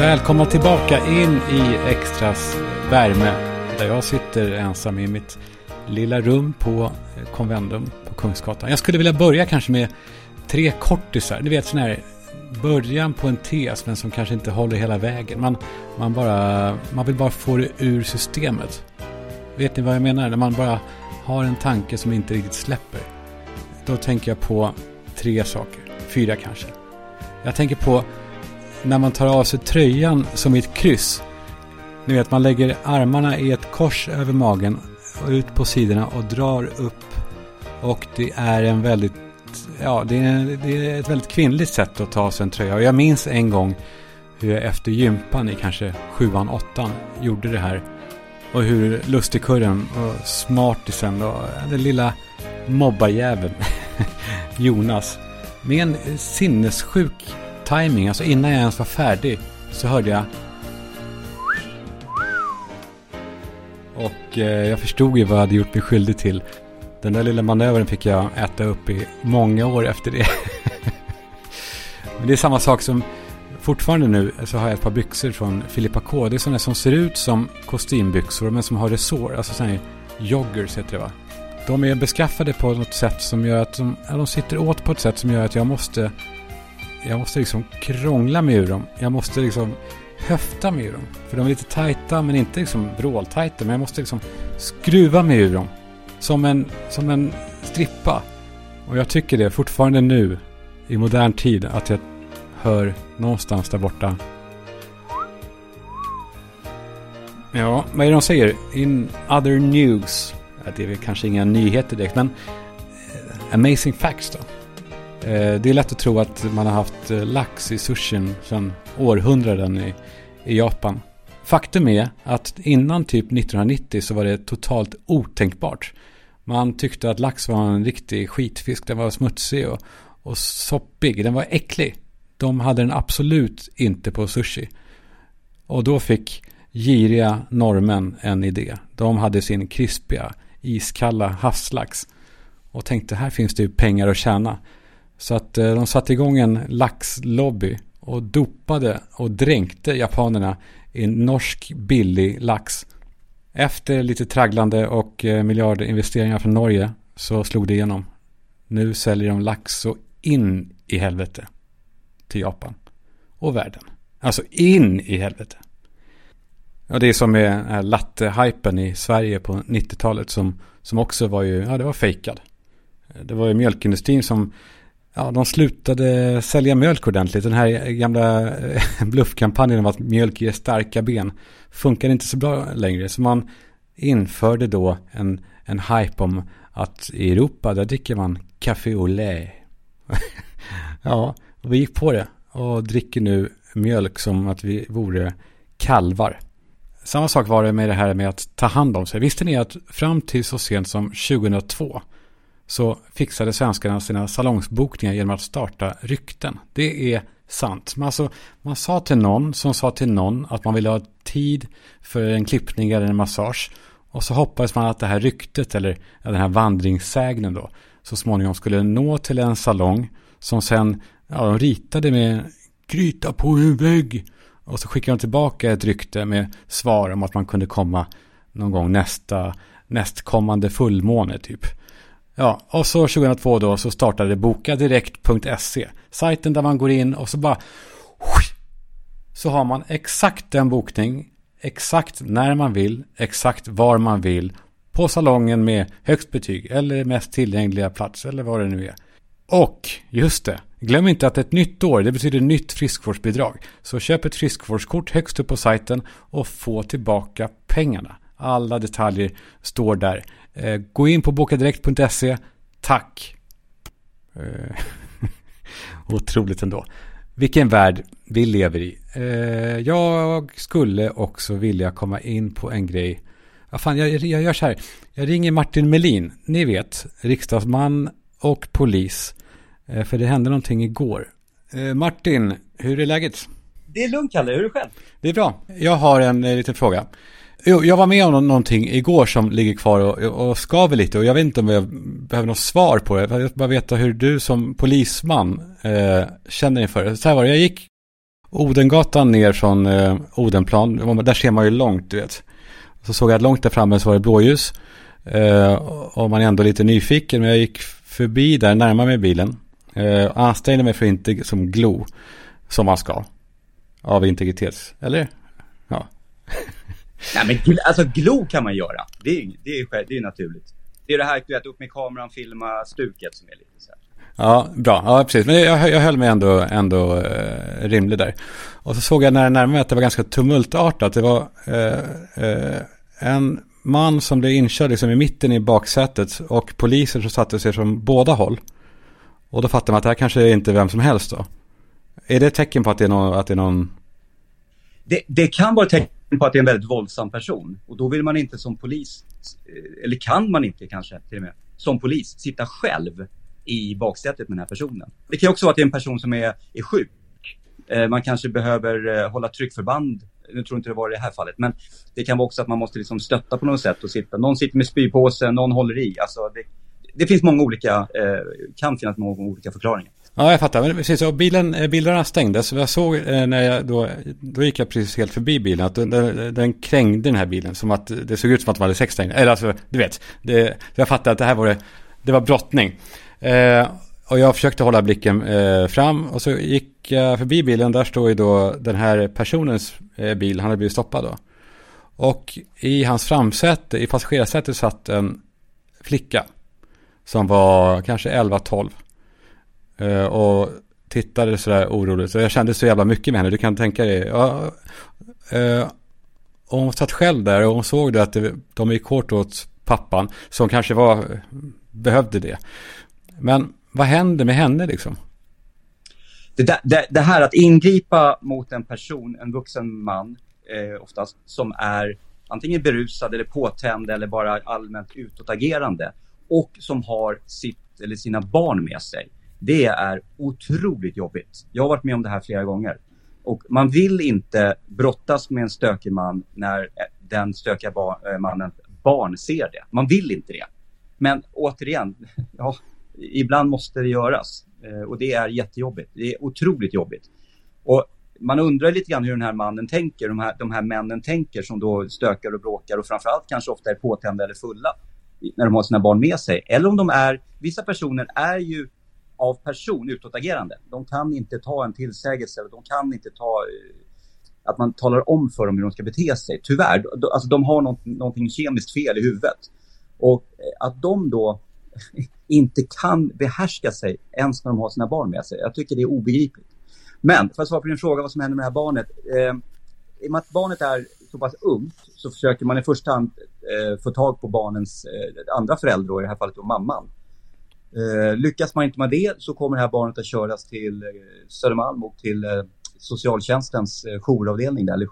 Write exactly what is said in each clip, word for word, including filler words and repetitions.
Välkomna tillbaka in i Extras värme, där jag sitter ensam i mitt lilla rum på Convendum på Kungsgatan. Jag skulle vilja börja kanske med tre kortisar. Ni vet, sån här början på en tes, men som kanske inte håller hela vägen. Man, man, bara, man vill bara få det ur systemet. Vet ni vad jag menar? När man bara har en tanke som inte riktigt släpper. Då tänker jag på tre saker. Fyra kanske. Jag tänker på när man tar av sig tröjan som i ett kryss. Ni vet, man lägger armarna i ett kors över magen och ut på sidorna och drar upp. Och det är en väldigt, ja, det är, det är ett väldigt kvinnligt sätt att ta av sig en tröja. Och jag minns en gång hur jag efter gympan i kanske sjuan, åttan gjorde det här. Och hur lustigkurren och smartisen och den lilla mobbarjäveln Jonas med en sinnessjuk timing, alltså innan jag ens var färdig, så hörde jag och eh, jag förstod ju vad jag hade gjort mig skyldig till. Den där lilla manövern fick jag äta upp i många år efter det. Men det är samma sak som fortfarande nu, så har jag ett par byxor från Filippa K. Det är sådana som ser ut som kostymbyxor men som har resår, alltså sådana här joggers heter det, va? De är beskaffade på något sätt som gör att de, ja, de sitter åt på ett sätt som gör att jag måste jag måste liksom krångla mig ur dem. Jag måste liksom höfta mig ur dem. För de är lite tajta, men inte liksom vråltajta. Men jag måste liksom skruva mig ur dem. Som en, som en strippa. Och jag tycker det fortfarande nu, i modern tid, att jag hör någonstans där borta. Ja, vad är det de säger? In other news. Det är väl kanske inga nyheter direkt, men amazing facts då. Det är lätt att tro att man har haft lax i sushin sedan århundraden i, i Japan. Faktum är att innan typ nittonhundranittio så var det totalt otänkbart. Man tyckte att lax var en riktig skitfisk. Den var smutsig och, och soppig. Den var äcklig. De hade den absolut inte på sushi. Och då fick giriga norrmän en idé. De hade sin krispiga, iskalla havslax. Och tänkte, här finns det ju pengar att tjäna. Så att eh, de satte igång en laxlobby och dopade och dränkte japanerna i en norsk billig lax. Efter lite tragglande och eh, miljardinvesteringar från Norge så slog det igenom. Nu säljer de lax så in i helvete till Japan och världen. Alltså in i helvete. Och det är som med latte-hypen i Sverige på nittiotalet som, som också var ju, ja det var fejkad. Det var ju mjölkindustrin som, ja de slutade sälja mjölk ordentligt. Den här gamla bluffkampanjen om att mjölk ger starka ben funkar inte så bra längre. Så man införde då en, en hype om att i Europa där dricker man café au lait. Ja, och vi gick på det och dricker nu mjölk som att vi vore kalvar. Samma sak var det med det här med att ta hand om sig. Visste ni att fram till så sent som tjugohundratvå så fixade svenskarna sina salongsbokningar genom att starta rykten. Det är sant. Men alltså, man sa till någon som sa till någon att man ville ha tid för en klippning eller en massage. Och så hoppades man att det här ryktet eller den här vandringssägnen då så småningom skulle nå till en salong som sen, ja, de ritade med gryta på en vägg. Och så skickade de tillbaka ett rykte med svar om att man kunde komma någon gång nästa nästkommande fullmåne typ. Ja, och så tjugohundratvå då så startade bokadirekt punkt se. Sajten där man går in och så bara så har man exakt den bokning, exakt när man vill, exakt var man vill på salongen med högst betyg eller mest tillgängliga plats eller vad det nu är. Och just det, glöm inte att ett nytt år, det betyder nytt friskvårdsbidrag. Så köp ett friskvårdskort högst upp på sajten och få tillbaka pengarna. Alla detaljer står där. Eh, gå in på bokadirekt punkt se. Tack. Eh, otroligt ändå. Vilken värld vi lever i. Eh, jag skulle också vilja komma in på en grej. Ja, fan, jag, jag gör så här. Jag ringer Martin Melin. Ni vet, riksdagsman och polis. Eh, för det hände någonting igår. Eh, Martin, hur är läget? Det är lugnt, Kalle. Hur är det själv? Det är bra. Jag har en eh, liten fråga. Jag var med om någonting igår som ligger kvar och, och skaver lite. Och jag vet inte om jag behöver något svar på det. Jag vill bara veta hur du som polisman eh, känner inför det. Så här var det. Jag gick Odengatan ner från eh, Odenplan. Där ser man ju långt, du vet. Så såg jag att långt där framme så var det blåljus. Eh, och man är ändå lite nyfiken. Men jag gick förbi där, närmare med bilen. Eh, ansträngde mig för inte som glo. Som man ska. Av integritets. Eller? Ja. Nej, men alltså glo kan man göra. Det är ju det är, det är naturligt. Det är det här att du vet, upp med kameran, filma stuket som är lite så här. Ja, bra. Ja, precis. Men jag, jag höll mig ändå, ändå eh, rimlig där. Och så såg jag när jag närmade mig att det var ganska tumultartat. Det var eh, eh, en man som blev inkörd liksom i mitten i baksätet och poliser som satte sig från båda håll. Och då fattar man att det här kanske inte är vem som helst då. Är det ett tecken på att det är någon... Att det, är någon... Det, det kan vara ett tecken på att det är en väldigt våldsam person. Och då vill man inte som polis, eller kan man inte kanske till och med, som polis sitta själv i baksätet med den här personen. Det kan också vara att det är en person som är, är sjuk. Eh, man kanske behöver eh, hålla tryckförband. Nu tror inte det var i det här fallet. Men det kan vara också att man måste liksom stötta på något sätt och sitta. Någon sitter med spypåsen, någon håller i. Alltså det, det finns många olika, eh, kan finnas många olika förklaringar. Ja, jag fattar. Men precis, och bilen, bilarna stängdes. Så jag såg eh, när jag då, då gick jag precis helt förbi bilen att den, den krängde den här bilen. Som att det såg ut som att det var sex stängda. Eller alltså, du vet. Det, jag fattade att det här var det, det var brottning. Eh, och jag försökte hålla blicken eh, fram. Och så gick jag förbi bilen. Där står ju då den här personens eh, bil. Han hade blivit stoppad då. Och i hans framsäte, i passagerarsätet satt en flicka. Som var kanske elva tolv. Uh, och tittade sådär oroligt. Så jag kände så jävla mycket med henne. Du kan tänka dig. Uh, uh, och hon satt själv där. Och hon såg det att det, de gick hårt åt pappan. Som kanske var, behövde det. Men vad hände med henne liksom? Det, där, det, det här att ingripa mot en person, en vuxen man eh, oftast, som är antingen berusad eller påtänd eller bara allmänt utåtagerande. Och som har sitt eller sina barn med sig. Det är otroligt jobbigt. Jag har varit med om det här flera gånger. Och man vill inte brottas med en stökig man när den stökiga bar- mannen barn ser det. Man vill inte det. Men återigen, ja, ibland måste det göras. Och det är jättejobbigt. Det är otroligt jobbigt. Och man undrar lite grann hur den här mannen tänker. De här, de här männen tänker som då stökar och bråkar. Och framförallt kanske ofta är påtända eller fulla när de har sina barn med sig. Eller om de är, vissa personer är ju av person utåtagerande. De kan inte ta en tillsägelse eller de kan inte ta att man talar om för dem hur de ska bete sig. Tyvärr, alltså de har något, någonting kemiskt fel i huvudet. Och att de då inte kan behärska sig ens när de har sina barn med sig. Jag tycker det är obegripligt. Men för att svara på din fråga vad som händer med det här barnet. Eh, I och med att barnet är så pass ungt så försöker man i första hand eh, få tag på barnens eh, andra föräldrar, i det här fallet då mamman. Eh, lyckas man inte med det så kommer det här barnet att köras till eh, Södermalm och till eh, socialtjänstens eh, jouravdelning där, eller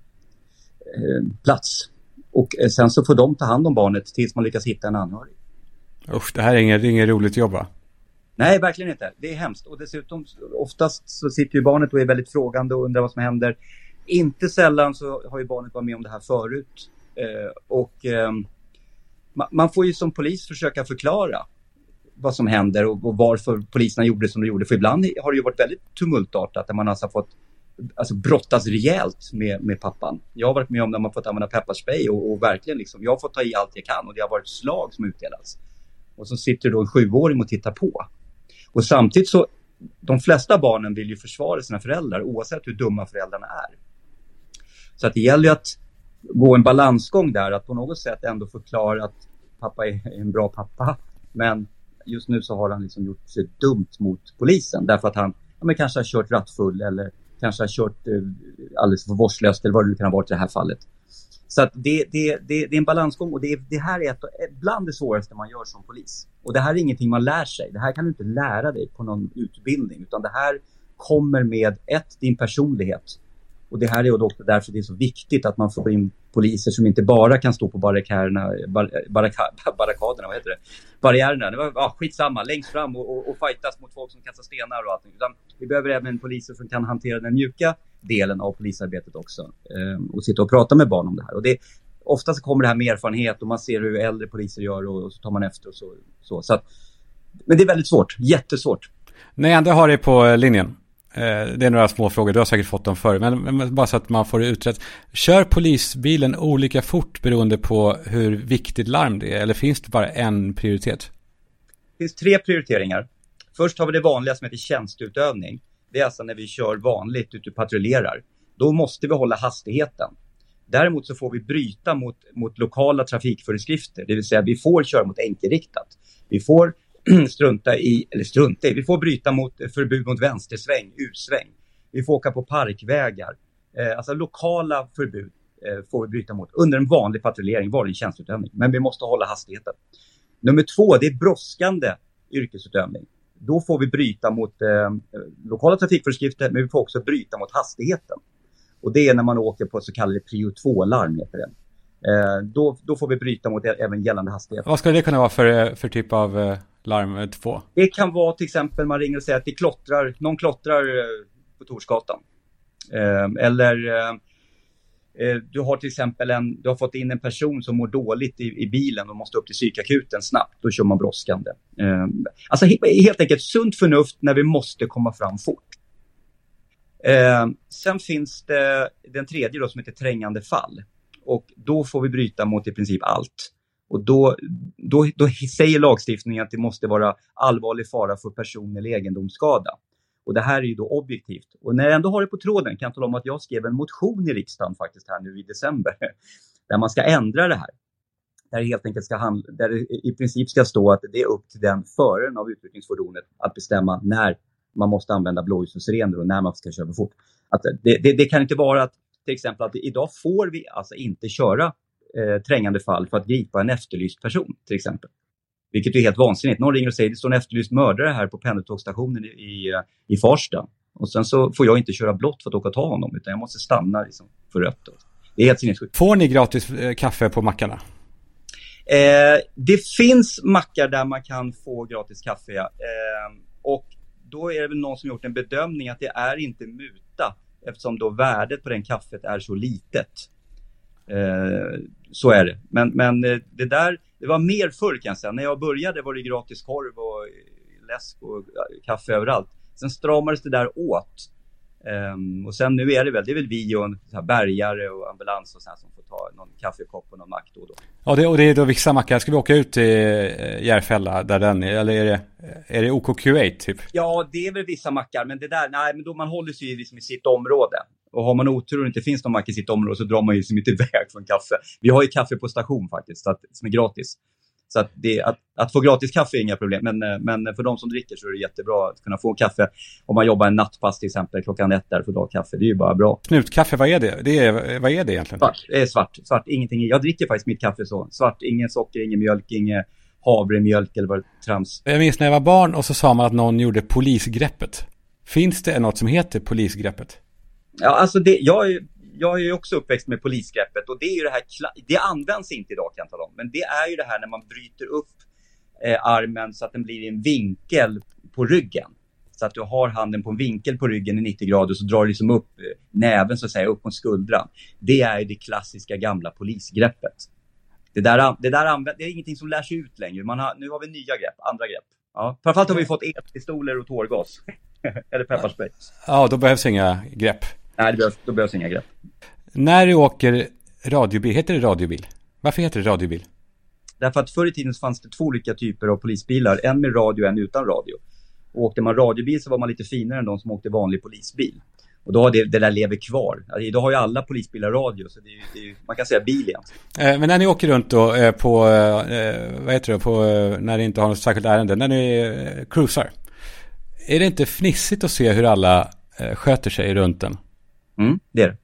jourplats. Eh, och eh, sen så får de ta hand om barnet tills man lyckas hitta en anhörig. Usch, det här är inget, inget roligt jobb, va? Nej, verkligen inte. Det är hemskt. Och dessutom oftast så sitter ju barnet och är väldigt frågande och undrar vad som händer. Inte sällan så har ju barnet varit med om det här förut. Eh, och eh, man, man får ju som polis försöka förklara vad som händer och, och varför poliserna gjorde som de gjorde. För ibland har det ju varit väldigt tumultartat där man alltså fått alltså, brottas rejält med, med pappan. Jag har varit med om när man fått använda pepparspray och, och verkligen liksom, jag har fått ta i allt jag kan och det har varit slag som utdelats. Och så sitter då en sjuåring och tittar på. Och samtidigt så, de flesta barnen vill ju försvara sina föräldrar oavsett hur dumma föräldrarna är. Så att det gäller ju att gå en balansgång där, att på något sätt ändå förklara att pappa är en bra pappa. Men just nu så har han liksom gjort sig dumt mot polisen. Därför att han ja, men kanske har kört rattfull eller kanske har kört eh, alldeles för vårdslöst eller vad det nu kan ha varit i det här fallet. Så att det, det, det, det är en balansgång och det, det här är ett, bland det svåraste man gör som polis. Och det här är ingenting man lär sig. Det här kan du inte lära dig på någon utbildning. Utan det här kommer med ett, din personlighet. Och det här är också därför det är så viktigt att man får in poliser som inte bara kan stå på barrikaderna, bar, barrika, barrikaderna, vad heter det? Barriärerna, det var ja, skitsamma, längst fram och, och, och fightas mot folk som kastar stenar och allting. Utan vi behöver även poliser som kan hantera den mjuka delen av polisarbetet också. Eh, och sitta och prata med barn om det här. Och det, ofta så kommer det här med erfarenhet och man ser hur äldre poliser gör och, och så tar man efter och så. så. så att, men det är väldigt svårt, jättesvårt. När jag ändå har det på linjen. det är några små frågor, du har säkert fått dem förr, men, men bara så att man får det utrett. Kör polisbilen olika fort beroende på hur viktigt larm det är, eller finns det bara en prioritet? Det finns tre prioriteringar. Först har vi det vanliga som heter tjänsteutövning. Det är alltså när vi kör vanligt ute och patrullerar. Då måste vi hålla hastigheten. Däremot så får vi bryta mot, mot lokala trafikföreskrifter. Det vill säga vi får köra mot enkelriktat. Vi får strunta i, eller strunta i, vi får bryta mot förbud mot vänstersväng, utsväng. Vi får åka på parkvägar. Eh, alltså lokala förbud eh, får vi bryta mot under en vanlig patrullering, vanlig tjänsteutövning. Men vi måste hålla hastigheten. Nummer två, det är brådskande yrkesutövning. Då får vi bryta mot eh, lokala trafikföreskrifter, men vi får också bryta mot hastigheten. Och det är när man åker på så kallade prio två-larm heter det. Eh, då, då får vi bryta mot även gällande hastighet. Vad skulle det kunna vara för, för typ av eh, larm två? Det kan vara till exempel man ringer och säger att det klottrar, någon klottrar eh, på Torsgatan. Eh, eller eh, du har till exempel en, du har fått in en person som mår dåligt i, i bilen och måste upp till psykakuten snabbt. Då kör man brådskande. Eh, alltså helt enkelt sunt förnuft när vi måste komma fram fort. Eh, sen finns det den tredje då som heter trängande fall. Och då får vi bryta mot i princip allt. Och då, då, då säger lagstiftningen att det måste vara allvarlig fara för person eller egendomsskada. Och det här är ju då objektivt. Och när jag ändå har det på tråden kan jag tala om att jag skrev en motion i riksdagen faktiskt här nu i december. Där man ska ändra det här. Där det helt enkelt ska handla, där det i princip ska stå att det är upp till den föraren av utryckningsfordonet att bestämma när man måste använda blåljussirener och när man ska köra för fort. Att det, det, det kan inte vara att till exempel att idag får vi alltså inte köra eh, trängande fall för att gripa en efterlyst person till exempel. Vilket är helt vansinnigt. Någon ringer och säger det står en efterlyst mördare här på pendeltågsstationen i, i, i Farsta. Och sen så får jag inte köra blått för att åka och ta honom utan jag måste stanna liksom, för rött. Det är helt sinnessjukt. Får ni gratis eh, kaffe på mackarna? Eh, det finns mackar där man kan få gratis kaffe. Ja. Eh, och då är det väl någon som gjort en bedömning att det är inte muta eftersom då värdet på den kaffet är så litet. Eh, så är det. Men, men det där, det var mer förr kan jag säga. När jag började var det gratis korv och läsk och kaffe överallt. Sen stramades det där åt. Um, och sen nu är det väl, det är väl vi och en så här bärgare och ambulans och sånt som får ta någon kaffekopp och någon mack då och då. Ja, det, och det är då vissa mackar. Ska vi åka ut till Järfälla där den är? Eller är det, är det O K Q åtta typ? Ja, det är väl vissa mackar. Men det där, nej, men då man håller sig liksom i sitt område. Och har man otur och det inte finns någon mack i sitt område så drar man ju liksom inte iväg från kaffe. Vi har ju kaffe på station faktiskt, så att, som är gratis. Så att, det, att, att få gratis kaffe är inga problem. Men, men för de som dricker så är det jättebra att kunna få kaffe. Om man jobbar en nattpass till exempel klockan ett där för dag kaffe. Det är ju bara bra. Knutkaffe, vad är det? det är, vad är det egentligen? Svart, det är svart. Svart, ingenting. Jag dricker faktiskt mitt kaffe så. Svart, ingen socker, ingen mjölk, ingen havremjölk eller vad det trams. Jag minns när jag var barn och så sa man att någon gjorde polisgreppet. Finns det något som heter polisgreppet? Ja, alltså det, jag är Jag är ju också uppväxt med polisgreppet och det är ju det här, det används inte idag kan jag tala om, men det är ju det här när man bryter upp eh, armen så att den blir i en vinkel på ryggen. Så att du har handen på en vinkel på ryggen i nittio grader och så drar du liksom upp eh, näven så att säga upp mot skuldran. Det är ju det klassiska gamla polisgreppet. Det där, det där använd, det är ingenting som lär sig ut längre. Man har, nu har vi nya grepp, andra grepp. Ja. Framförallt har vi fått elpistoler och tårgas. Eller pepparspray. Ja, då behövs inga grepp. Nej, det behövs, då behövs inga grepp. När du åker radiobil, heter det radiobil? Varför heter det radiobil? Därför att förr i tiden fanns det två olika typer av polisbilar. En med radio och en utan radio. Och åkte man radiobil så var man lite finare än de som åkte vanlig polisbil. Och då har det, det där lever kvar. Alltså, idag har ju alla polisbilar radio så det är, det är, man kan säga bil igen. Eh, men när ni åker runt då eh, på, eh, vad heter det, på, eh, när ni inte har något särskilt ärende, när ni eh, cruisar. Är det inte fnissigt att se hur alla eh, sköter sig runt den? Mm, det är det.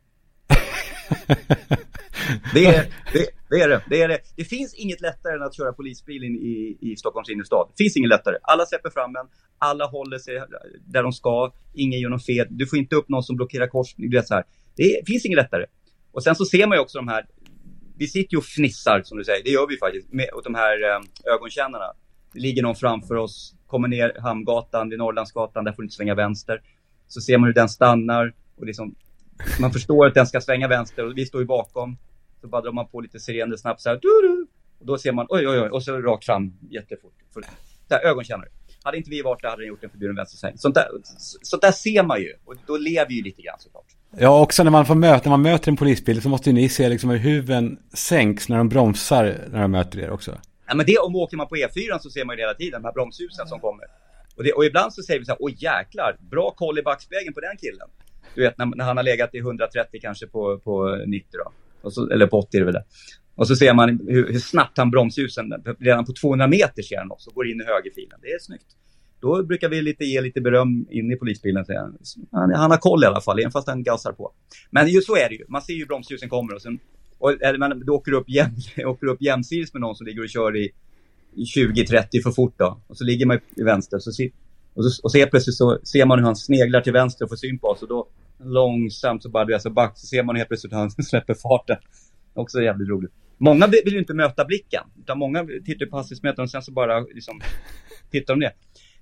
det, är, det, det är det. Det är det. Det finns inget lättare än att köra polisbil in i, i Stockholms innerstad. Det finns inget lättare. Alla släpper fram en. Alla håller sig där de ska. Ingen gör någon fel. Du får inte upp någon som blockerar korsning. Det, så här. Det finns inget lättare. Och sen så ser man ju också de här. Vi sitter ju och fnissar som du säger. Det gör vi faktiskt. Med åt de här eh, ögonkännarna. Det ligger någon framför oss. Kommer ner Hamngatan vid Norrlandsgatan. Där får du inte svänga vänster. Så ser man hur den stannar. Och liksom man förstår att den ska svänga vänster och vi står ju bakom. Så bara drar man på lite sirener snabbt så här. Du-du. Och då ser man, oj oj oj. Och så rakt fram jättefort. För, där, ögonkännare. hade inte vi varit där hade den gjort en förbjuden vänstersväng. Sånt där, sånt där ser man ju. Och då lever ju lite grann såklart. Ja, också när man får möta, när man möter en polisbil så måste ju ni se liksom hur huven sänks när de bromsar när de möter er också. Ja, men det, om åker man på E fyra så ser man ju hela tiden de här bromshusen som kommer. Och, det, och ibland så säger vi så här, åh jäklar, bra koll i backspegeln på den killen. Du vet, när, när han har legat i hundratrettio kanske på, på nittio då. Och så, eller på åttio är det väl det. Och så ser man hur, hur snabbt han bromshusen, redan på tvåhundra meter ser han också, går in i högerfilen. Det är snyggt. Då brukar vi lite ge lite beröm in i polisbilen. Säga. Han, han har koll i alla fall, även fast han gasar på. Men just så är det ju. Man ser ju bromsljusen kommer och sen och, eller, men, du åker upp, jäm, åker upp jämsides med någon som ligger och kör i, i tjugo trettio för fort då. Och så ligger man i vänster så, och så, och så plötsligt så ser man hur han sneglar till vänster och får syn på oss. Och då långsamt så bara du är så back så ser man helt plötsligt hur han släpper farten. Också jävligt roligt. Många vill ju inte möta blicken. Utan många tittar på hastighetsmätaren och sen så bara liksom, tittar de ner.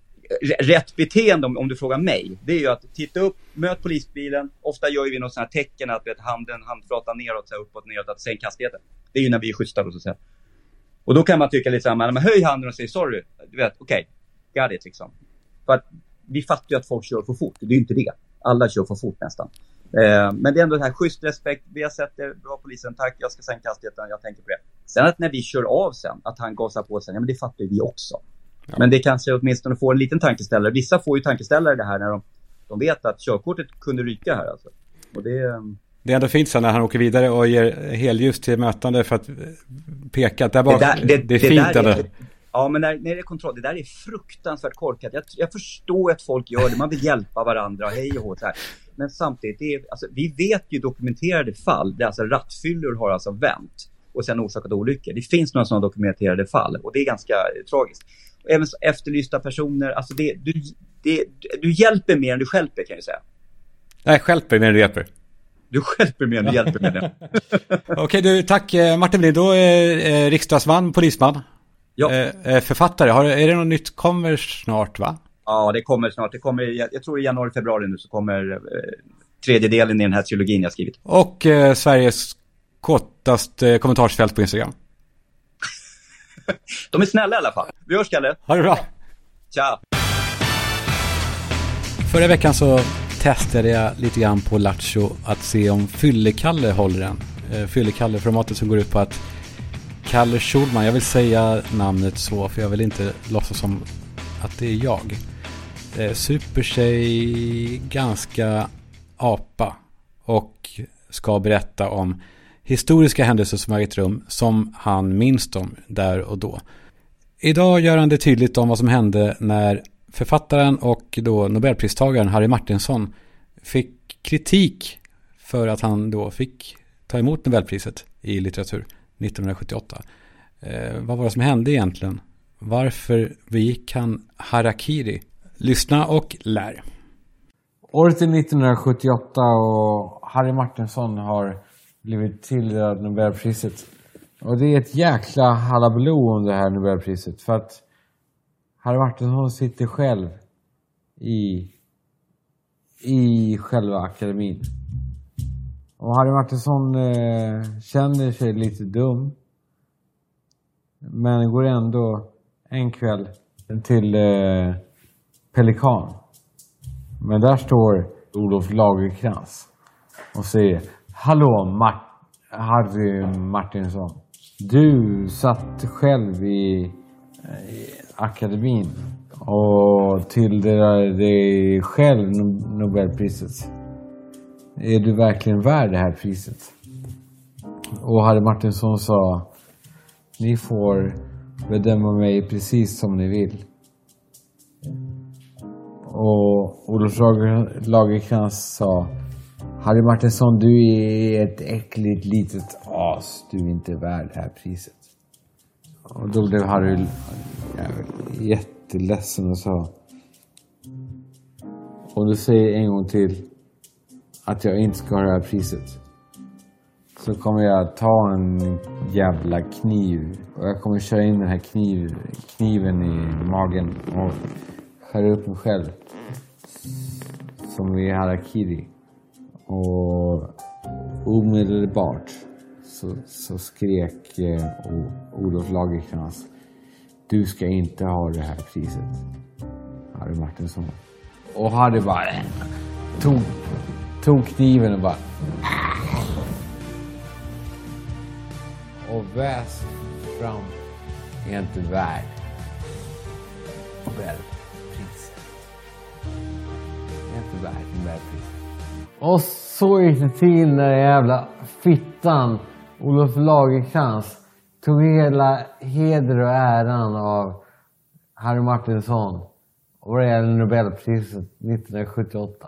Rätt beteende om, om du frågar mig, det är ju att titta upp, möt polisbilen. Ofta gör vi något sådana här tecken att vet, handen, handflatan neråt, så här, uppåt, neråt, att sänka hastigheten. Det är ju när vi är schyssta då så att säga. Och då kan man tycka lite så här, men höj handen och säg sorry. Du vet, okej, okay, got it liksom. För att vi fattar ju att folk kör för fort, det är ju inte det. Alla kör för fort nästan. Eh, men det är ändå det här, schysst respekt, vi har sett det, bra polisen, tack, jag ska sänka hastigheten, jag tänker på det. Sen att när vi kör av sen, att han gasar på sen, ja men det fattar ju vi också. Ja. Men det kanske åtminstone får en liten tankeställare. Vissa får ju tankeställare det här när de, de vet att körkortet kunde ryka här alltså. Och det, det är ändå fint så när han åker vidare och ger helljus till mötande för att peka att där bak, det, där, det, det är det fint där är, ja men när, när det är kontroll, det där är fruktansvärt korkat. Jag, jag förstår att folk gör det, man vill hjälpa varandra, hej och hå så här. Men samtidigt, det är, alltså, vi vet ju dokumenterade fall där alltså rattfyllor har alltså vänt och sen orsakat olyckor. Det finns några sådana dokumenterade fall och det är ganska eh, tragiskt. Och även så efterlysta personer, alltså det, du, det, du hjälper mer än du hjälper kan jag säga. Nej, hjälper mer än du hjälper. Du hjälper mer än du hjälper med det. Okej, du, tack Martin Blind. Då är eh, riksdagsman, polisman, ja. eh, författare. Har, är det något nytt kommer snart va? Ja, det kommer snart. Det kommer, jag, jag tror i januari, februari nu så kommer eh, tredje delen i den här trilogin jag skrivit. Och eh, Sveriges kortaste kommentarsfält på Instagram. De är snälla i alla fall. Vi hörs, Kalle. Ha det bra. Ciao. Förra veckan så testade jag lite grann på Lattjo att se om Fyllekalle håller den. Eh, Fyllekalle-formatet som går ut på att Kalle Schulman, jag vill säga namnet så för jag vill inte låtsas som att det är jag. Eh, super sig ganska apa och ska berätta om historiska händelser som har ägt rum som han minns dem där och då. Idag gör han det tydligt om vad som hände när författaren och då Nobelpristagaren Harry Martinson fick kritik för att han då fick ta emot Nobelpriset i litteratur nittonhundrasjuttioåtta. Eh, vad var det som hände egentligen? Varför begick han harakiri? Lyssna och lär. Året är nittonhundrasjuttioåtta och Harry Martinson har blivit tilldelad Nobelpriset. Och det är ett jäkla halabaloo om det här Nobelpriset. För att Harry Martinson sitter själv i, i själva akademin. Och Harry Martinson eh, känner sig lite dum. Men går ändå en kväll till eh, Pelikan. Men där står Olof Lagercrantz och säger: Hallå Ma- Harry Martinson. Du satt själv i, i akademin och tilldelade dig själv Nobelpriset. Är du verkligen värd det här priset? Och Harry Martinson sa: ni får bedöma mig precis som ni vill. Och Olof Lagercrantz sa: Harry Martinson, du är ett äckligt litet as. Du är inte värd det här priset. Och då blev Harry jätteledsen och sa: om du säger en gång till att jag inte ska ha det här priset, så kommer jag ta en jävla kniv. Och jag kommer köra in den här kniv, kniven i magen och skära upp mig själv. Som i harakiri. Och omedelbart så, så skrek eh, Olof Lagercrantz: du ska inte ha det här priset. Harry Martinsson. Och Harry bara tog, tog kniven och bara och väs fram är inte värd Nobelpriset. Är inte värd Nobelpriset. Och så gick det till när jävla fittan Olof Lagercrantz tog hela heder och äran av Harry Martinsson och det gäller Nobelpriset nittonhundrasjuttioåtta.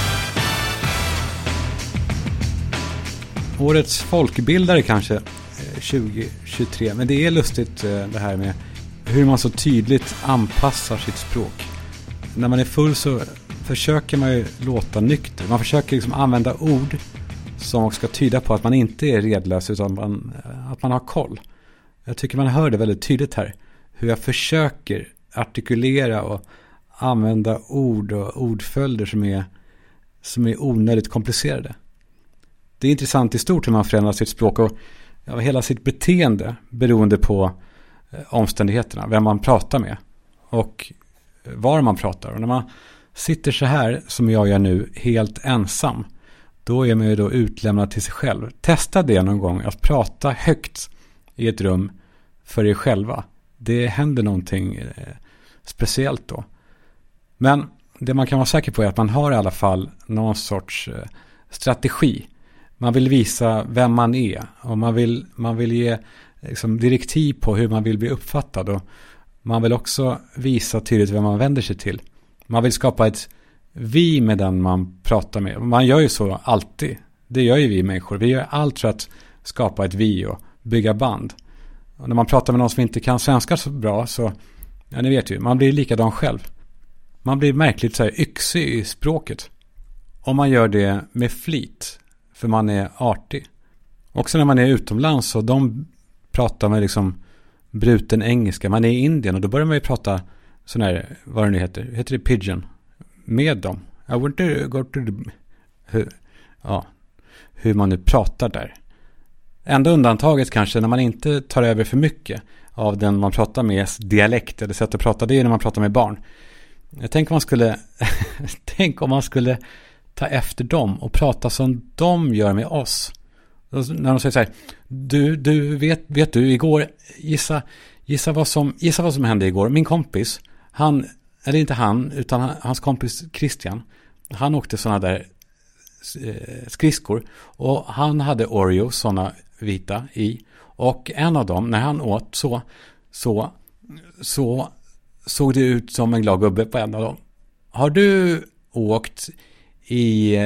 Årets folkbildare kanske tjugo tjugotre. Men det är lustigt det här med hur man så tydligt anpassar sitt språk. När man är full så försöker man ju låta nykter. Man försöker liksom använda ord som ska tyda på att man inte är redlös utan man, att man har koll. Jag tycker man hör det väldigt tydligt här. Hur jag försöker artikulera och använda ord och ordföljder som är, som är onödigt komplicerade. Det är intressant i stort hur man förändrar sitt språk och ja, hela sitt beteende beroende på eh, omständigheterna. Vem man pratar med och var man pratar. Och när man sitter så här som jag gör nu helt ensam, då är man ju då utlämnad till sig själv. Testa det någon gång, att prata högt i ett rum för er själva. Det händer någonting eh, speciellt då. Men det man kan vara säker på är att man har i alla fall någon sorts eh, strategi. Man vill visa vem man är och man vill, man vill ge liksom, direktiv på hur man vill bli uppfattad och man vill också visa tydligt vem man vänder sig till. Man vill skapa ett vi med den man pratar med. Man gör ju så alltid. Det gör ju vi människor. Vi gör allt för att skapa ett vi och bygga band. Och när man pratar med någon som inte kan svenska så bra så, ja ni vet ju, man blir likadan själv. Man blir märkligt så här yxig i språket. Om man gör det med flit. För man är artig. Också när man är utomlands så de pratar med liksom bruten engelska. Man är i Indien och då börjar man ju prata sån här, vad det nu heter. Heter det pidgin? Med dem. I want to go to the... Hur, ja, hur man nu pratar där. Enda undantaget kanske när man inte tar över för mycket av den man pratar med dialekt eller sätt att prata, det är när man pratar med barn. Jag tänker om man skulle tänk om man skulle ta efter dem och prata som de gör med oss. När de säger så här, du, du vet, vet du, igår, gissa, gissa, vad som, gissa vad som hände igår. Min kompis, han, eller inte han, utan hans kompis Christian, han åkte sådana där eh, skridskor och han hade Oreo, sådana vita i. Och en av dem, när han åt så, så, så såg det ut som en glad gubbe på en av dem. Har du åkt i,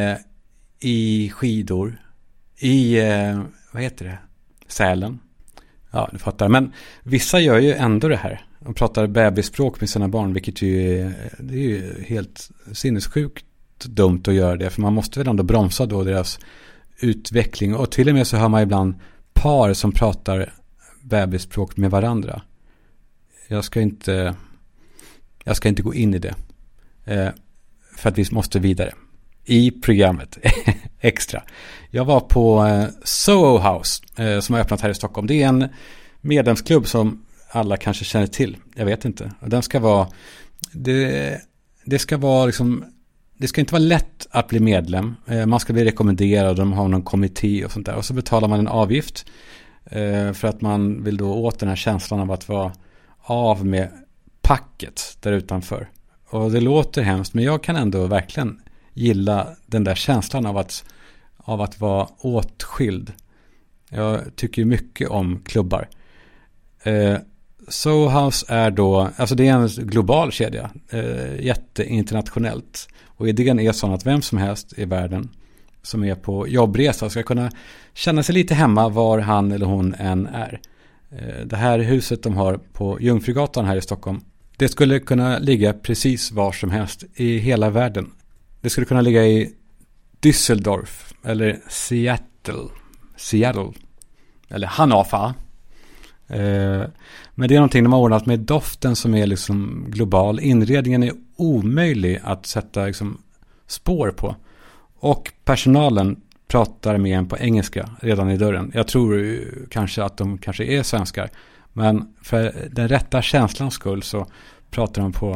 i skidor i, vad heter det, Sälen? Ja, du fattar. Men vissa gör ju ändå det här. De pratar bebisspråk med sina barn, vilket ju är, det är ju helt sinnessjukt dumt att göra det. För man måste väl ändå bromsa då deras utveckling. Och till och med så hör man ibland par som pratar bebisspråk med varandra. Jag ska inte, jag ska inte gå in i det. Eh, för att vi måste vidare. I programmet extra. Jag var på eh, Soho House eh, som har öppnat här i Stockholm. Det är en medlemsklubb som alla kanske känner till. Jag vet inte. Och den ska vara det, det ska vara liksom, det ska inte vara lätt att bli medlem. Eh, man ska bli rekommenderad och de har någon kommitté och sånt där. Och så betalar man en avgift eh, för att man vill då åt den här känslan av att vara av med packet där utanför. Och det låter hemskt, men jag kan ändå verkligen gilla den där känslan av att, av att vara åtskild. Jag tycker mycket om klubbar. Eh, Soho House är då, alltså det är en global kedja, eh, jätteinternationellt. Och idén är sån att vem som helst i världen som är på jobbresa ska kunna känna sig lite hemma var han eller hon än är. Eh, det här huset de har på Jungfrugatan här i Stockholm, det skulle kunna ligga precis var som helst i hela världen. Det skulle kunna ligga i Düsseldorf eller Seattle, Seattle eller Hannover. Eh, men det är någonting de har ordnat med doften som är liksom global. Inredningen är omöjlig att sätta liksom spår på. Och personalen pratar med en på engelska redan i dörren. Jag tror kanske att de kanske är svenskar. Men för den rätta känslans skull så pratar de på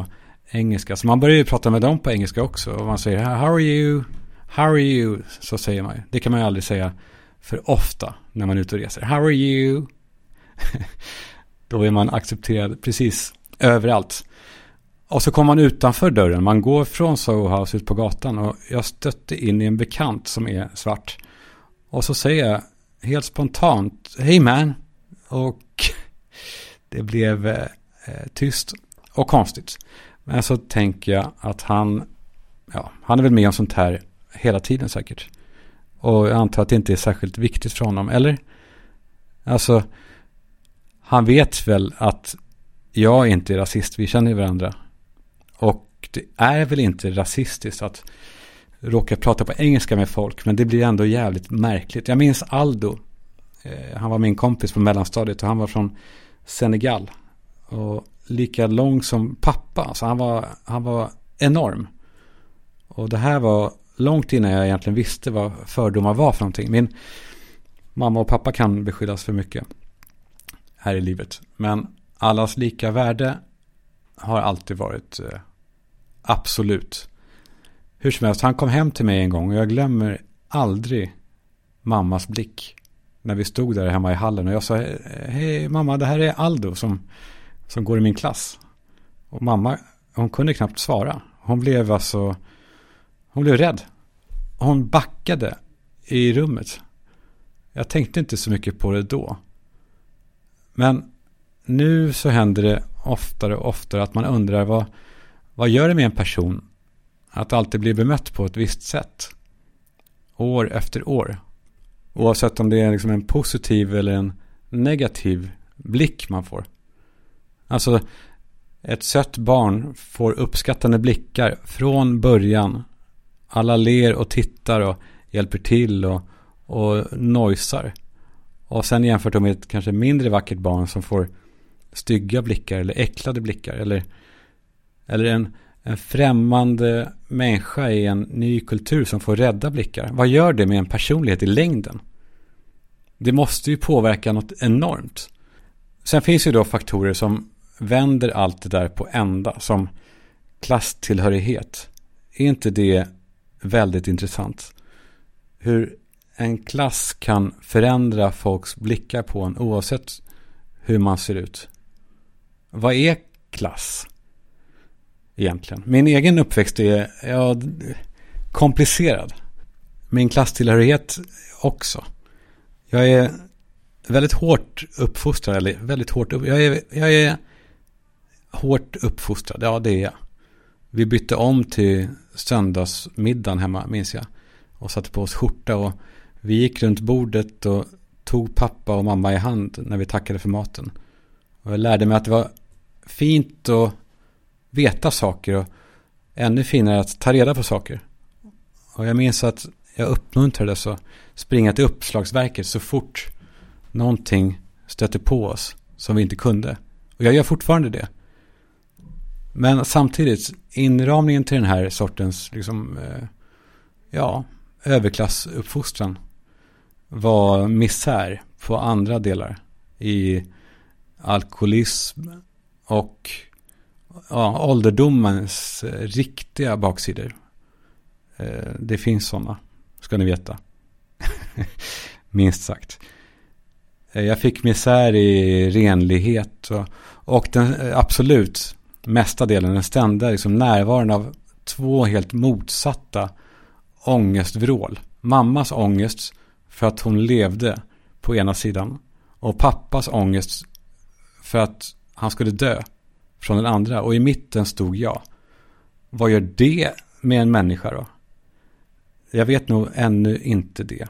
engelska. Så man börjar ju prata med dem på engelska också. Och man säger, how are you? How are you? Så säger man ju. Det kan man ju aldrig säga för ofta när man är ute och reser. How are you? Då är man accepterad precis överallt. Och så kommer man utanför dörren. Man går från Soho House ut på gatan. Och jag stötte in i en bekant som är svart. Och så säger jag helt spontant, hey man. Och det blev eh, tyst och konstigt. Men så tänker jag att han, ja, han är väl med om sånt här hela tiden säkert. Och jag antar att det inte är särskilt viktigt för honom. Eller? Alltså, han vet väl att jag inte är rasist. Vi känner varandra. Och det är väl inte rasistiskt att råka prata på engelska med folk. Men det blir ändå jävligt märkligt. Jag minns Aldo. Eh, han var min kompis på mellanstadiet och han var från Senegal. Och lika lång som pappa. Så han var, han var enorm. Och det här var långt innan jag egentligen visste vad fördomar var för någonting. Min mamma och pappa kan beskyllas för mycket här i livet. Men allas lika värde har alltid varit eh, absolut. Hur som helst, han kom hem till mig en gång och jag glömmer aldrig mammas blick när vi stod där hemma i hallen. Och jag sa, hej mamma, det här är Aldo som, som går i min klass. Och mamma, hon kunde knappt svara. Hon blev alltså, hon blev rädd. Hon backade i rummet. Jag tänkte inte så mycket på det då. Men nu så händer det oftare och oftare att man undrar vad, vad gör det med en person att alltid bli bemött på ett visst sätt år efter år. Oavsett om det är liksom en positiv eller en negativ blick man får. Alltså ett sött barn får uppskattande blickar från början. Alla ler och tittar och hjälper till och, och nojsar. Och sen jämfört med ett kanske mindre vackert barn som får stygga blickar eller äcklade blickar. Eller, eller en, en främmande människa i en ny kultur som får rädda blickar. Vad gör det med en personlighet i längden? Det måste ju påverka något enormt. Sen finns ju då faktorer som vänder allt det där på ända. Som klasstillhörighet. Är inte det väldigt intressant? Hur en klass kan förändra folks blickar på en oavsett hur man ser ut. Vad är klass egentligen? Min egen uppväxt är ja, komplicerad. Min klasstillhörighet också. Jag är väldigt hårt uppfostrad. Eller väldigt hårt upp, jag, är, jag är hårt uppfostrad, ja det är jag. Vi bytte om till söndagsmiddagen hemma, minns jag. Och satte på oss skjorta och vi gick runt bordet och tog pappa och mamma i hand när vi tackade för maten. Och jag lärde mig att det var fint att veta saker och ännu finare att ta reda på saker. Och jag minns att jag uppmuntrades att springa till uppslagsverket så fort någonting stötte på oss som vi inte kunde. Och jag gör fortfarande det. Men samtidigt, inramningen till den här sortens liksom, eh, ja, överklassuppfostran var misär på andra delar i alkoholism och ja, ålderdomens riktiga baksidor. Eh, det finns sådana, ska ni veta. Minst sagt. Eh, jag fick misär i renlighet och, och den absolut mesta delen, den ständiga liksom närvaron av två helt motsatta ångestvrål. Mammas ångest för att hon levde på ena sidan och pappas ångest för att han skulle dö från den andra. Och i mitten stod jag. Vad gör det med en människa då? Jag vet nog ännu inte det.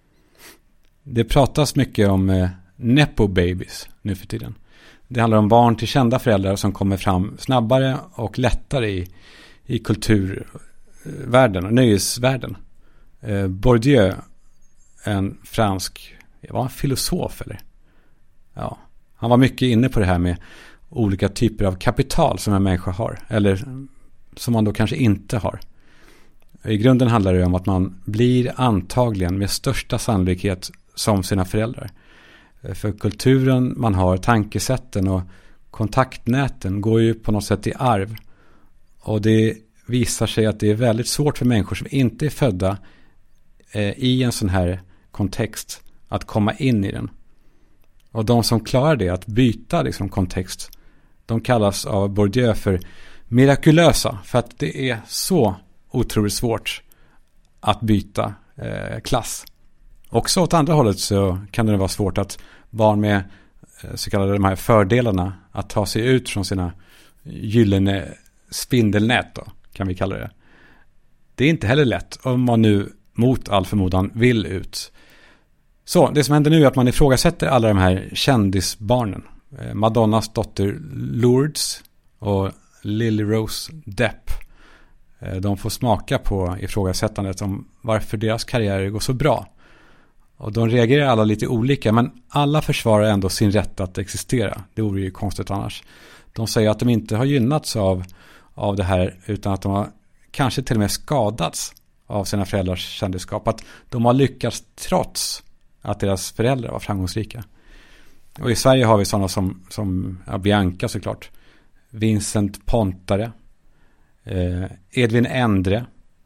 Det pratas mycket om eh, nepo babies nu för tiden. Det handlar om barn till kända föräldrar som kommer fram snabbare och lättare i, i kulturvärlden och nöjesvärlden. Eh, Bourdieu, en fransk, var han filosof eller? Ja, han var mycket inne på det här med olika typer av kapital som en människa har. Eller som man då kanske inte har. I grunden handlar det om att man blir antagligen med största sannolikhet som sina föräldrar. För kulturen man har, tankesätten och kontaktnäten går ju på något sätt i arv. Och det visar sig att det är väldigt svårt för människor som inte är födda eh, i en sån här kontext att komma in i den. Och de som klarar det, att byta liksom kontext, de kallas av Bourdieu för mirakulösa, för att det är så otroligt svårt att byta eh, klass. Också åt andra hållet så kan det vara svårt att barn med eh, så kallade de här fördelarna att ta sig ut från sina gyllene spindelnät då, kan vi kalla det. Det är inte heller lätt om man nu mot all förmodan vill ut. Så det som händer nu är att man ifrågasätter alla de här kändisbarnen. Eh, Madonnas dotter Lourdes och Lily Rose Depp. Eh, de får smaka på ifrågasättandet om varför deras karriärer går så bra. Och de reagerar alla lite olika, men alla försvarar ändå sin rätt att existera. Det vore ju konstigt annars. De säger att de inte har gynnats av, av det här, utan att de har kanske till och med skadats av sina föräldrars kändisskap. Att de har lyckats trots att deras föräldrar var framgångsrika. Och i Sverige har vi sådana som, som ja, Bianca såklart. Vincent Pontare. Eh, Edvin Endre.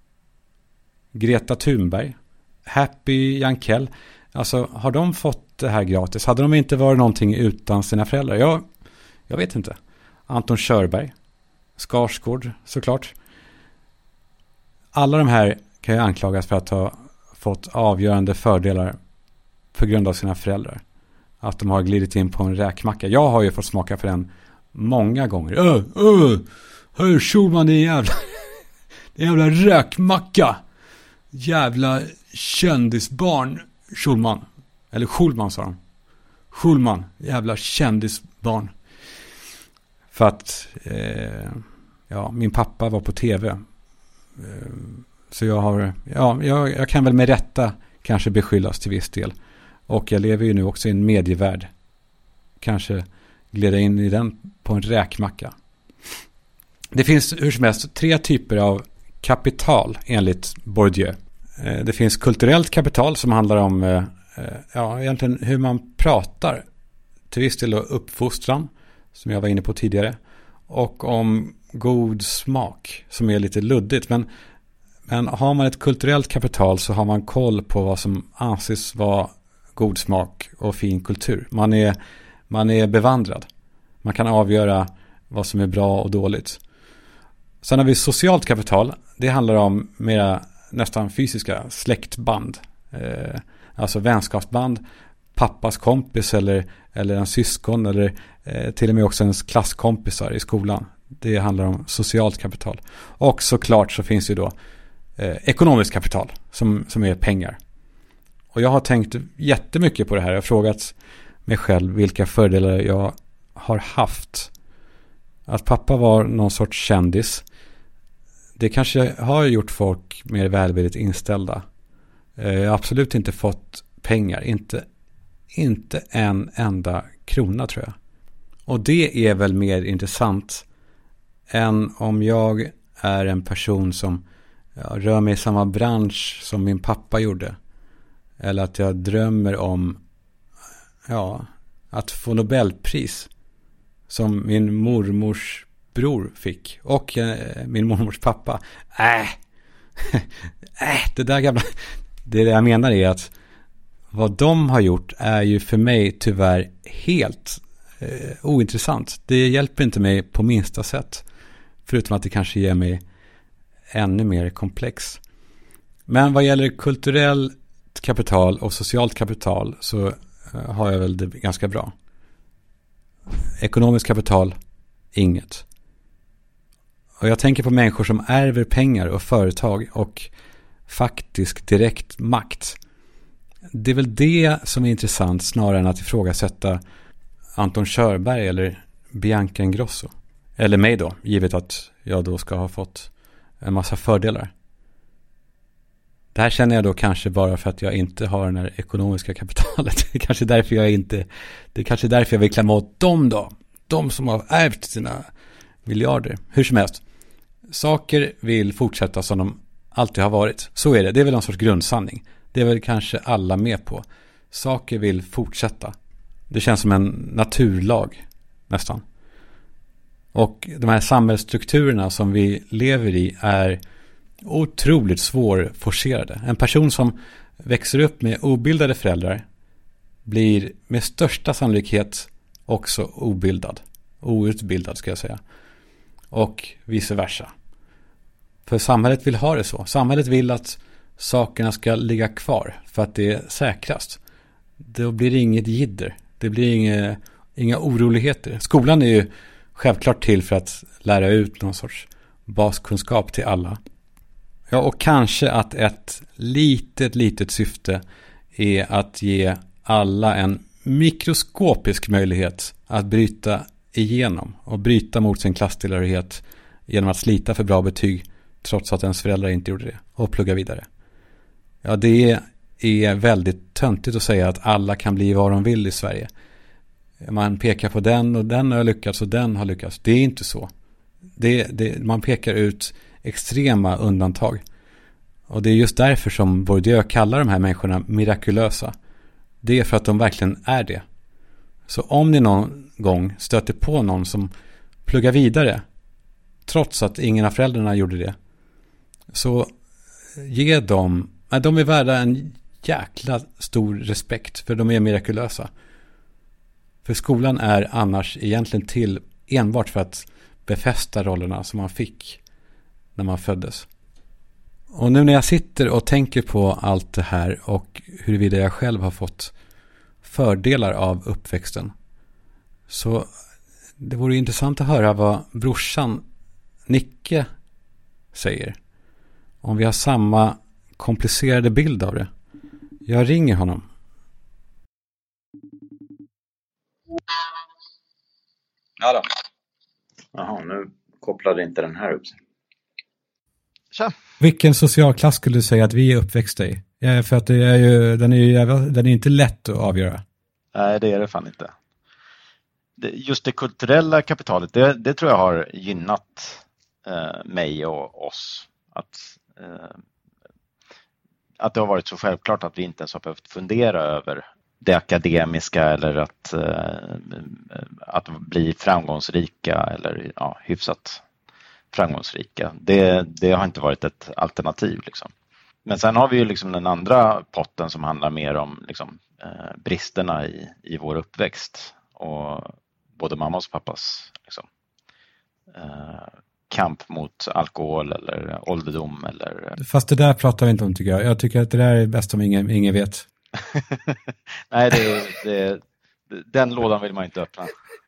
Greta Thunberg. Happy Jankell. Alltså, har de fått det här gratis? Hade de inte varit någonting utan sina föräldrar? Jag, jag vet inte. Anton Körberg. Skarsgård, såklart. Alla de här kan ju anklagas för att ha fått avgörande fördelar på grund av sina föräldrar. Att de har glidit in på en räkmacka. Jag har ju fått smaka för den många gånger. Öh, öh, hör Schulman, det är jävla, det är jävla räkmacka. Jävla kändisbarn, Schulman. Eller Schulman sa de. Schulman, jävla kändisbarn. För att eh, ja, min pappa var på tv. Eh, så jag har, ja, jag, jag kan väl med rätta kanske beskyllas till viss del. Och jag lever ju nu också i en medievärld. Kanske glida in i den på en räkmacka. Det finns hur som helst tre typer av kapital enligt Bourdieu. Det finns kulturellt kapital som handlar om ja, egentligen hur man pratar. Till viss del uppfostran, som jag var inne på tidigare. Och om god smak, som är lite luddigt. Men, men har man ett kulturellt kapital så har man koll på vad som anses vara god smak och fin kultur. Man är, man är bevandrad. Man kan avgöra vad som är bra och dåligt. Sen har vi socialt kapital. Det handlar om mera nästan fysiska släktband. Eh, alltså vänskapsband. Pappas kompis eller, eller en syskon eller eh, till och med också ens klasskompisar i skolan. Det handlar om socialt kapital. Och såklart så finns ju då eh, ekonomiskt kapital som, som är pengar. Och jag har tänkt jättemycket på det här. Jag har frågat mig själv vilka fördelar jag har haft. Att pappa var någon sorts kändis. Det kanske har gjort folk mer välvilligt inställda. Jag har absolut inte fått pengar. Inte, inte en enda krona tror jag. Och det är väl mer intressant än om jag är en person som ja, rör mig i samma bransch som min pappa gjorde. Eller att jag drömmer om ja, att få Nobelpris som min mormors bror fick. Och eh, min mormors pappa. Äh, äh, det där gamla... Det jag menar är att vad de har gjort är ju för mig tyvärr helt eh, ointressant. Det hjälper inte mig på minsta sätt. Förutom att det kanske ger mig ännu mer komplex. Men vad gäller kulturell kapital och socialt kapital så har jag väl det ganska bra. Ekonomiskt kapital, inget. Och jag tänker på människor som ärver pengar och företag och faktisk direkt makt. Det är väl det som är intressant snarare än att ifrågasätta Anton Körberg eller Bianca Ingrosso. Eller mig då, givet att jag då ska ha fått en massa fördelar. Det här känner jag då kanske bara för att jag inte har det här ekonomiska kapitalet. Det är kanske därför jag inte, det är kanske därför jag vill klämma åt dem då. De som har ärvt sina miljarder. Hur som helst. Saker vill fortsätta som de alltid har varit. Så är det. Det är väl någon sorts grundsanning. Det är väl kanske alla med på. Saker vill fortsätta. Det känns som en naturlag nästan. Och de här samhällsstrukturerna som vi lever i är otroligt svårforcerade. En person som växer upp med obildade föräldrar blir med största sannolikhet också obildad. Outbildad ska jag säga. Och vice versa. För samhället vill ha det så. Samhället vill att sakerna ska ligga kvar för att det är säkrast. Då blir det inget jidder. Det blir inga, inga oroligheter. Skolan är ju självklart till för att lära ut någon sorts baskunskap till alla. Ja, och kanske att ett litet, litet syfte är att ge alla en mikroskopisk möjlighet att bryta igenom och bryta mot sin klasstillhörighet genom att slita för bra betyg trots att ens föräldrar inte gjorde det och plugga vidare. Ja, det är väldigt töntigt att säga att alla kan bli vad de vill i Sverige. Man pekar på den och den har lyckats och den har lyckats. Det är inte så. Det, det, man pekar ut extrema undantag. Och det är just därför som Bourdieu kallar de här människorna mirakulösa. Det är för att de verkligen är det. Så om ni någon gång stöter på någon som pluggar vidare trots att ingen av föräldrarna gjorde det, så ge dem, nej, de är värda en jäkla stor respekt för de är mirakulösa. För skolan är annars egentligen till enbart för att befästa rollerna som man fick när man föddes. Och nu när jag sitter och tänker på allt det här och huruvida jag själv har fått fördelar av uppväxten, så det vore intressant att höra vad brorsan Nicke säger. Om vi har samma komplicerade bild av det. Jag ringer honom. Ja då. Jaha, nu kopplade inte den här upp sig. Tja. Vilken social klass skulle du säga att vi är uppväxta i? Ja, för att det är ju, den är ju den är inte lätt att avgöra. Nej, det är det fan inte. Det, just det kulturella kapitalet, det, det tror jag har gynnat eh, mig och oss. Att, eh, att det har varit så självklart att vi inte ens har behövt fundera över det akademiska eller att, eh, att bli framgångsrika eller ja, hyfsat framgångsrika. Det, det har inte varit ett alternativ liksom. Men sen har vi ju liksom den andra potten som handlar mer om liksom, eh, bristerna i, i vår uppväxt och både mammas och pappas liksom, eh, kamp mot alkohol eller ålderdom eller... Fast det där pratar vi inte om tycker jag. Jag tycker att det där är bäst om ingen, ingen vet. Nej, det, det, den lådan vill man inte öppna.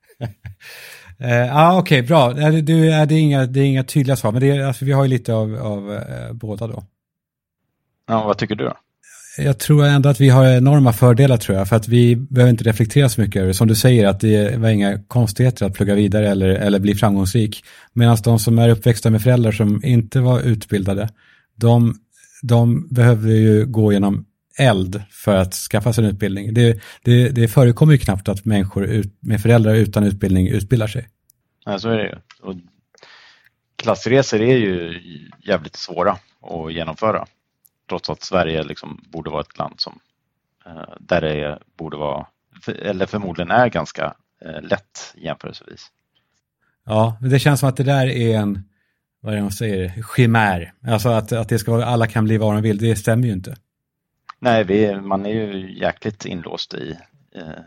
Ja, uh, ah, okej, okay, bra. Det, det, det, är inga, det är inga tydliga svar, men det är, alltså, vi har ju lite av, av uh, båda då. Ja, vad tycker du då? Jag tror ändå att vi har enorma fördelar tror jag, för att vi behöver inte reflektera så mycket över det. Som du säger, att det var inga konstigheter att plugga vidare eller, eller bli framgångsrik. Medan de som är uppväxta med föräldrar som inte var utbildade, de, de behöver ju gå genom eld för att skaffa sig en utbildning. Det, det, det förekommer ju knappt att människor ut, med föräldrar utan utbildning utbildar sig. Ja, så är det ju. Och klassresor är ju jävligt svåra att genomföra. Trots att Sverige liksom borde vara ett land som eh, där det borde vara, eller förmodligen är ganska eh, lätt jämförelsevis. Ja, men det känns som att det där är en, vad är det man säger, chimär. Alltså att, att det ska vara, alla kan bli vad de vill, det stämmer ju inte. Nej, vi, man är ju jäkligt inlåst i, eh,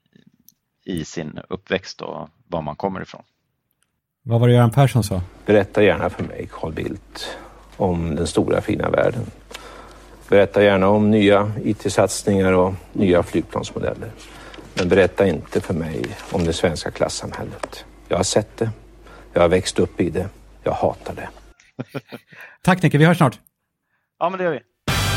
i sin uppväxt och var man kommer ifrån. Vad var det Göran Persson sa? Berätta gärna för mig, Carl Bildt, om den stora fina världen. Berätta gärna om nya I T-satsningar och nya flygplansmodeller. Men berätta inte för mig om det svenska klassamhället. Jag har sett det. Jag har växt upp i det. Jag hatar det. Tack Nicke, vi hörs snart. Ja, men det gör vi.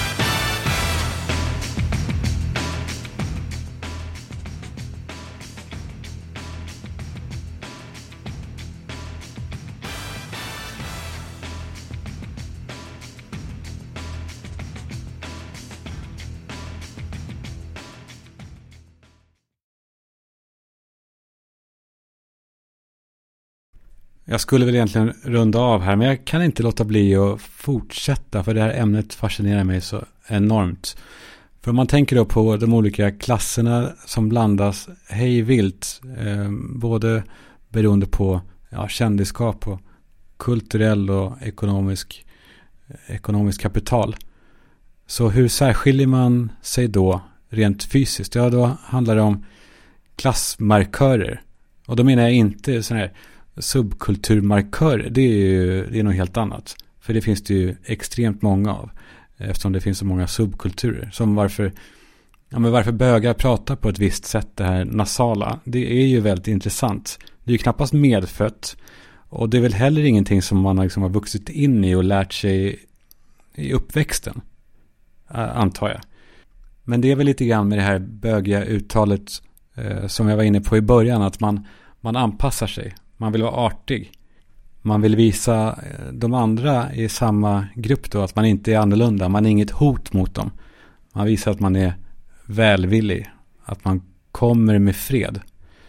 Jag skulle väl egentligen runda av här, men jag kan inte låta bli att fortsätta, för det här ämnet fascinerar mig så enormt. För om man tänker då på de olika klasserna som blandas hej vilt, eh, både beroende på ja, kändisskap och kulturell och ekonomisk, ekonomisk kapital. Så hur särskiljer man sig då rent fysiskt? Ja, då handlar det om klassmarkörer. Och då menar jag inte sådana här subkulturmarkörer. Det är ju det är något helt annat. För det finns det ju extremt många av. Eftersom det finns så många subkulturer. Som varför, ja, men varför bögar pratar på ett visst sätt, det här nasala. Det är ju väldigt intressant. Det är ju knappast medfött. Och det är väl heller ingenting som man liksom har vuxit in i och lärt sig i uppväxten. Antar jag. Men det är väl lite grann med det här bögiga uttalet eh, som jag var inne på i början. Att man, man anpassar sig. Man vill vara artig. Man vill visa de andra i samma grupp då att man inte är annorlunda. Man är inget hot mot dem. Man visar att man är välvillig. Att man kommer med fred.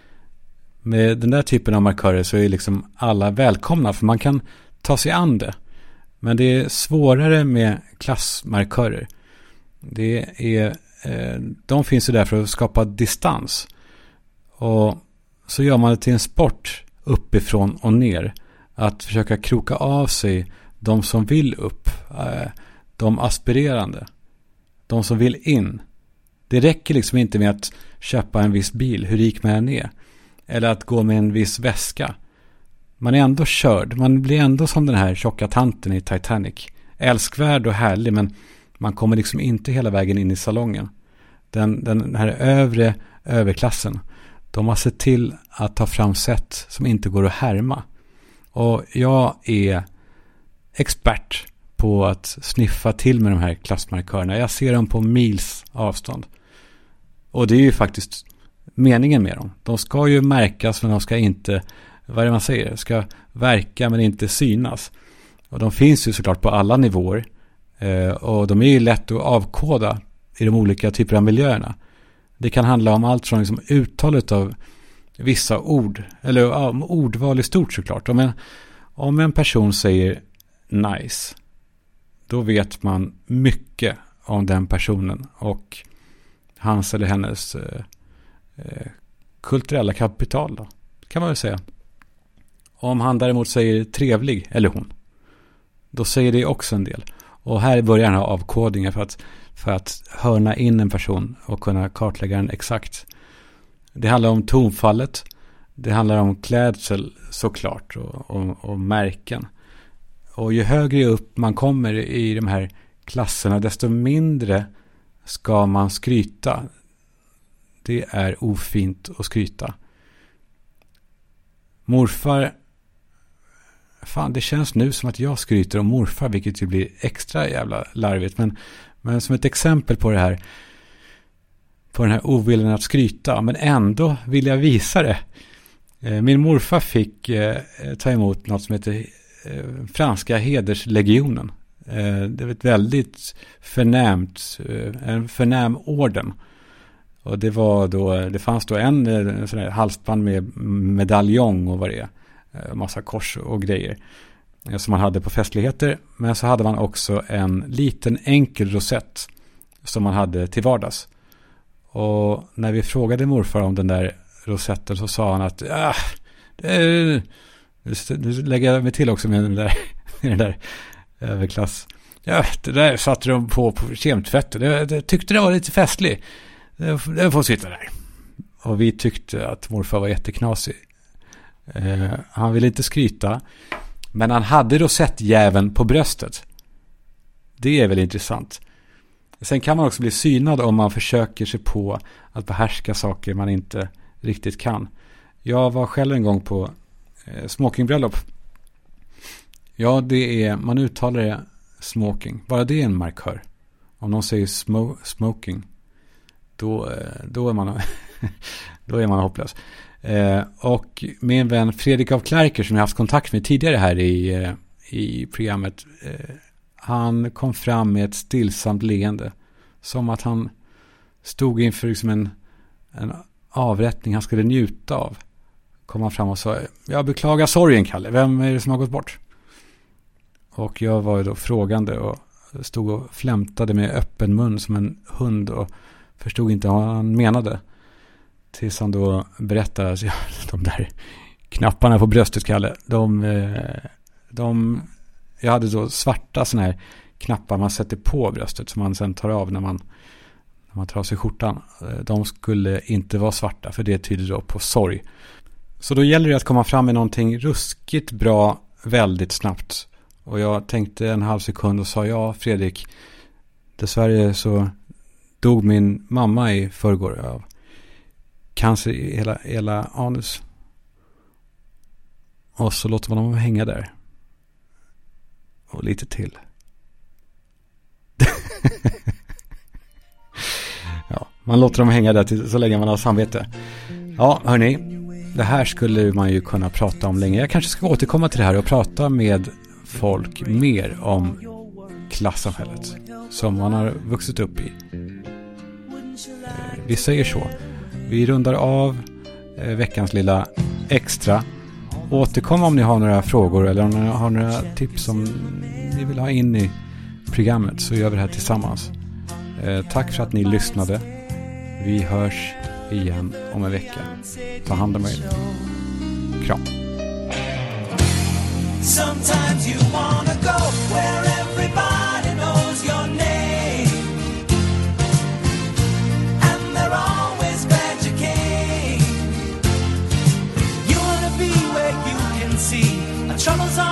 Med den där typen av markörer så är liksom alla välkomna. För man kan ta sig an det. Men det är svårare med klassmarkörer. Det är, eh, de finns ju där för att skapa distans. Och så gör man det till en sport uppifrån och ner. Att försöka kroka av sig de som vill upp. Eh, de aspirerande. De som vill in. Det räcker liksom inte med att köpa en viss bil, hur rik man än är. Eller att gå med en viss väska. Man är ändå körd. Man blir ändå som den här tjocka tanten i Titanic. Älskvärd och härlig, men man kommer liksom inte hela vägen in i salongen. Den, den här övre överklassen, de har sett till att ta fram sätt som inte går att härma. Och jag är expert på att sniffa till med de här klassmarkörerna. Jag ser dem på mils avstånd. Och det är ju faktiskt meningen med dem. De ska ju märkas, men de ska inte, vad är det man säger, ska verka men inte synas. Och de finns ju såklart på alla nivåer. Eh, och de är ju lätt att avkoda i de olika typer av miljöerna. Det kan handla om allt från liksom uttalet av vissa ord, eller ja, ordval i stort såklart. Om en, om en person säger nice, då vet man mycket om den personen och hans eller hennes eh, eh, kulturella kapital då, kan man väl säga. Om han däremot säger trevlig, eller hon, då säger det också en del. Och här börjar han ha avkodningar för att, för att hörna in en person och kunna kartlägga den exakt. Det handlar om tonfallet. Det handlar om klädsel såklart och, och, och märken. Och ju högre upp man kommer i de här klasserna, desto mindre ska man skryta. Det är ofint att skryta. Morfar, fan, det känns nu som att jag skryter om morfar, vilket ju blir extra jävla larvigt. Men, men som ett exempel på det här, på den här oviljan att skryta, men ändå vill jag visa det. Min morfar fick eh, ta emot något som heter eh, franska hederslegionen. Eh, det är ett väldigt förnämt, eh, en förnäm orden. Och det var då, det fanns då en, en sån här halsband med medaljong och vad det är. Eh, massa kors och grejer. Eh, som man hade på festligheter. Men så hade man också en liten enkel rosett som man hade till vardags. Och när vi frågade morfar om den där rosetten så sa han att ah, det, nu lägger jag mig till också med den där, med den där överklass. Ja, det där satte de på på kemtvätt. Det, det tyckte det var lite festlig. Det, det får sitta där. Och vi tyckte att morfar var jätteknasig. Eh, han ville inte skryta. Men han hade rosettjäveln på bröstet. Det är väl intressant. Sen kan man också bli synad om man försöker sig på att behärska saker man inte riktigt kan. Jag var själv en gång på eh, smokingbröllop. Ja, det är, man uttalar det smoking. Bara det är en markör. Om någon säger smo- smoking, då, då, är man, då är man hopplös. Eh, och min vän Fredrik af Klerker, som jag haft kontakt med tidigare här i, i programmet, eh, han kom fram med ett stillsamt leende. Som att han stod inför liksom en, en avrättning han skulle njuta av. Kom han fram och sa: jag beklagar sorgen, Kalle. Vem är det som har gått bort? Och jag var då frågande och stod och flämtade med öppen mun som en hund och förstod inte vad han menade. Tills han då berättade att ja, de där knapparna på bröstet, Kalle. De, de, jag hade då svarta såna här knappar man sätter på bröstet som man sen tar av när man, när man tar av sig skjortan. De skulle inte vara svarta, för det tyder då på sorg. Så då gäller det att komma fram med någonting ruskigt bra väldigt snabbt. Och jag tänkte en halv sekund och sa, ja Fredrik, dessvärre så dog min mamma i förrgår av cancer i hela, hela anus. Och så låter man dem hänga där. Och lite till. Ja, man låter dem hänga där till, så länge man har samvete. Ja, hörni, det här skulle man ju kunna prata om länge. Jag kanske ska återkomma till det här och prata med folk mer om klassamhället som man har vuxit upp i. Vi säger så. Vi rundar av veckans lilla extra. Återkom om ni har några frågor eller om ni har några tips som ni vill ha in i programmet, så gör vi det här tillsammans. Eh, tack för att ni lyssnade. Vi hörs igen om en vecka. Ta hand om er. Kram. Sometimes you wanna go where everybody knows your name, and they're always glad you came. You wanna be where you can see our troubles are